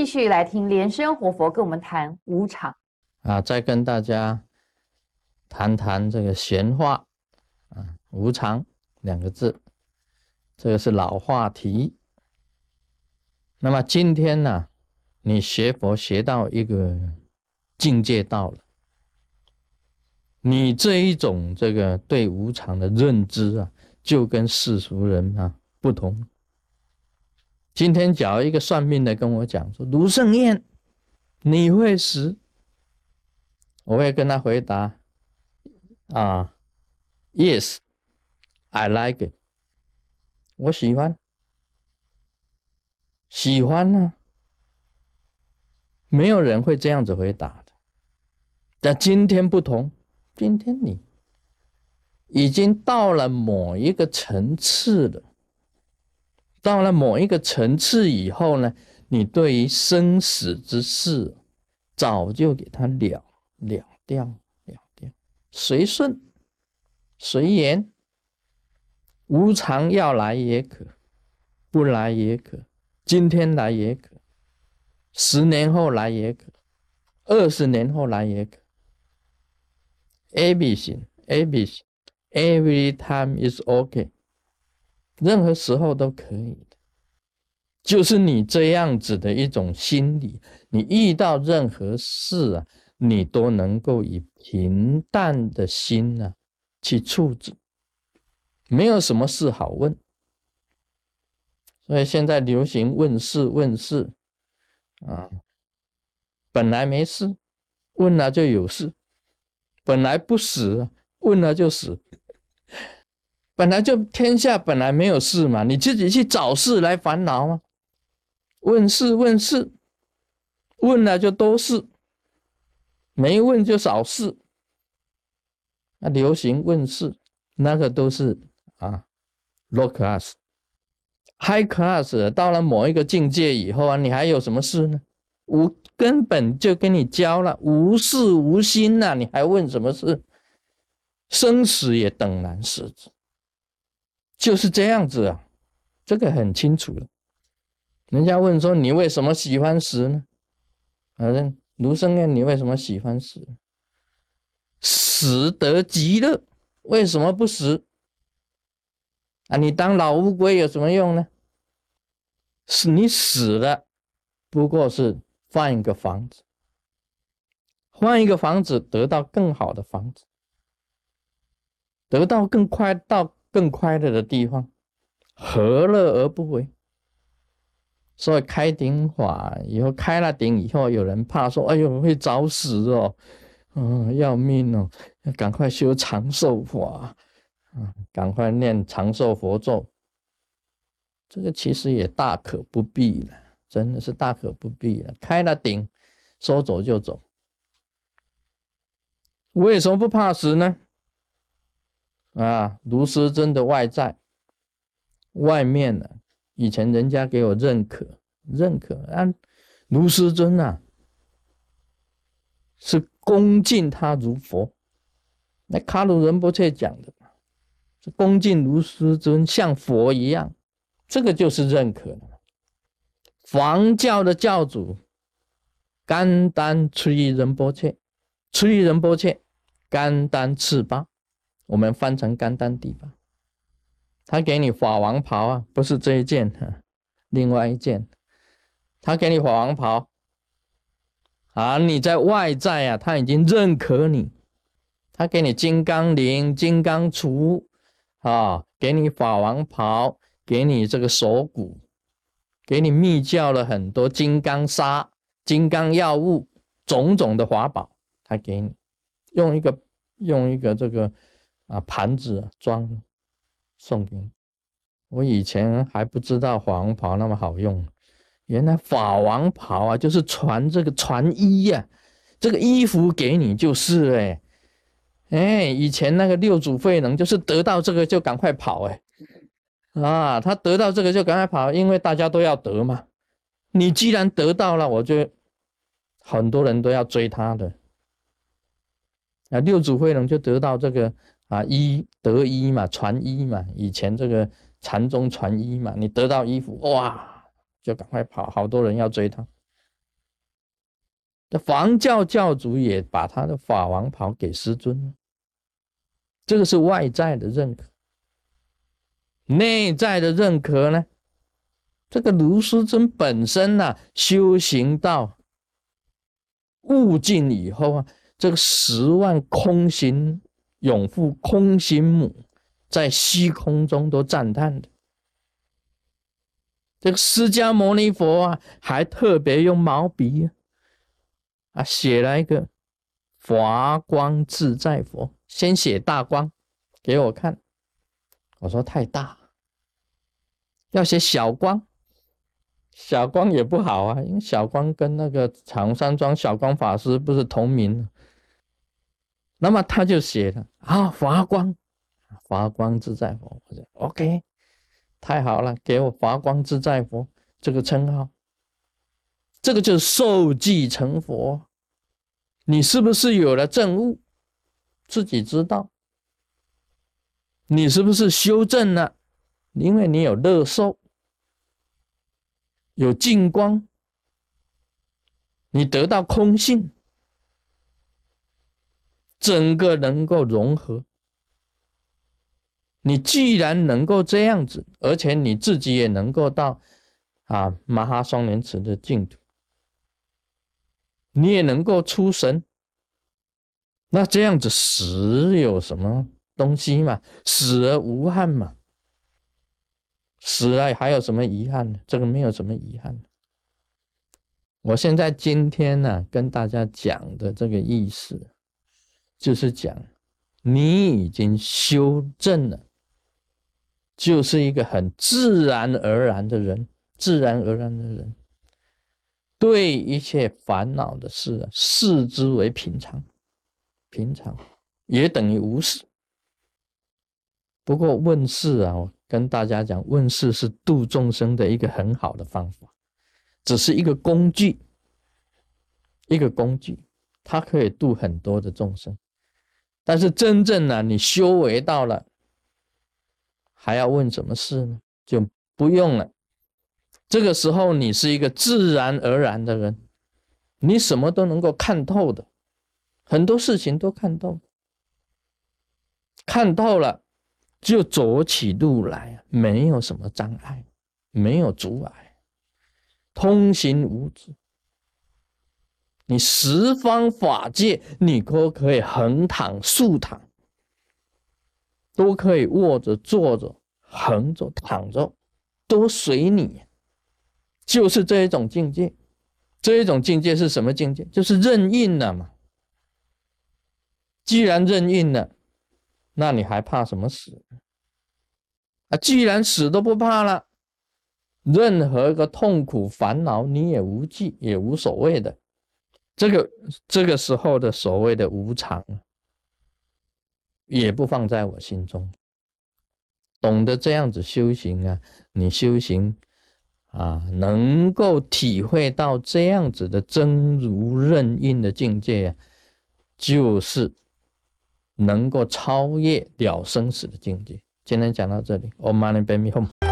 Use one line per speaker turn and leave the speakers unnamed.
继续来听莲生活佛跟我们谈无常
再跟大家谈谈这个闲话无常两个字，这个是老话题。那么今天呢，你学佛学到一个境界到了，你这一种这个对无常的认知就跟世俗人不同。今天假如一个算命的跟我讲说，卢胜彦你会死，我会跟他回答Yes, I like it。 我喜欢没有人会这样子回答的。但今天不同，今天你已经到了某一个层次了，到了某一个层次以后呢，你对于生死之事早就给它了掉，随顺随缘，无常要来也可，不来也可，今天来也可，10年后来也可，20年后来也可。Everything every time is okay， 任何时候都可以的。就是你这样子的一种心理，你遇到任何事你都能够以平淡的心去处置，没有什么事好问。所以现在流行问事本来没事，问了就有事；本来不死，问了就死。本来就天下本来没有事嘛，你自己去找事来烦恼吗？问事，问了就多事，没问就少事。流行问事，那个都是low class。High class 到了某一个境界以后你还有什么事呢？根本就跟你教了无事无心你还问什么事？生死也等然视之，就是这样子这个很清楚了。人家问说你为什么喜欢死呢？卢胜彦你为什么喜欢死？死得极乐，为什么不死？你当老乌龟有什么用呢？你死了不过是换一个房子，换一个房子得到更好的房子，得到更快乐的地方，何乐而不为？所以开顶法以后，开了顶以后，有人怕说哎呦会早死要命要赶快修长寿法赶快念长寿佛咒。这个其实也大可不必了，真的是大可不必了。开了顶说走就走。为什么不怕死呢？卢师尊的外在外面以前人家给我认可卢师尊是恭敬他如佛。那卡鲁仁波切讲的是恭敬卢师尊像佛一样，这个就是认可了。黄教的教主甘丹崔仁波切，甘丹赤巴，我们翻成甘丹第八。他给你法王袍不是这一件另外一件。他给你法王袍你在外在他已经认可你。他给你金刚铃、金刚杵给你法王袍，给你这个手鼓，给你密教了很多金刚砂、金刚药物，种种的法宝，他给你用一个这个盘子装送给你。我以前还不知道法王袍那么好用，原来法王袍就是传这个传衣这个衣服给你就是以前那个六祖慧能就是得到这个就赶快跑他得到这个就赶快跑，因为大家都要得嘛。你既然得到了，我就很多人都要追他的。六祖慧能就得到这个得衣嘛，传衣嘛，以前这个禅宗传衣嘛，你得到衣服哇就赶快跑，好多人要追他。 黄教教主也把他的法王袍给师尊了，这个是外在的认可。内在的认可呢，这个卢师尊本身啊，修行到悟尽以后啊，这个10万空行永护空行母在虚空中都赞叹的。这个释迦牟尼佛啊，还特别用毛笔写了一个华光自在佛，先写大光给我看，我说太大，要写小光，小光也不好啊，因为小光跟那个长山庄小光法师不是同名，那么他就写了华光自在佛，我说 OK， 太好了，给我华光自在佛这个称号，这个就是受记成佛。你是不是有了证悟，自己知道？你是不是修正了？因为你有乐受，有净光，你得到空性，整个能够融合。你既然能够这样子，而且你自己也能够到麻哈双莲池的净土，你也能够出神，那这样子死有什么东西嘛？死而无憾嘛。死了还有什么遗憾呢？这个没有什么遗憾。我现在今天呢，跟大家讲的这个意思，就是讲你已经修正了，就是一个很自然而然的人，对一切烦恼的事视之为平常，也等于无事。不过问世我跟大家讲，问世是度众生的一个很好的方法，只是一个工具，它可以度很多的众生。但是真正你修为到了，还要问什么事呢？就不用了。这个时候你是一个自然而然的人，你什么都能够看透的，很多事情都看透，了就走起路来没有什么障碍，没有阻碍，通行无阻。你十方法界，你都可以横躺竖躺，都可以卧着坐着横着躺着，都随你。就是这一种境界。这一种境界是什么境界？就是任运了嘛。既然任运了，那你还怕什么死既然死都不怕了，任何一个痛苦烦恼你也无忌，也无所谓的。这个时候的所谓的无常也不放在我心中。懂得这样子修行你修行能够体会到这样子的真如任运的境界就是能够超越了生死的境界。今天讲到这里，Om Mani Padme Hum。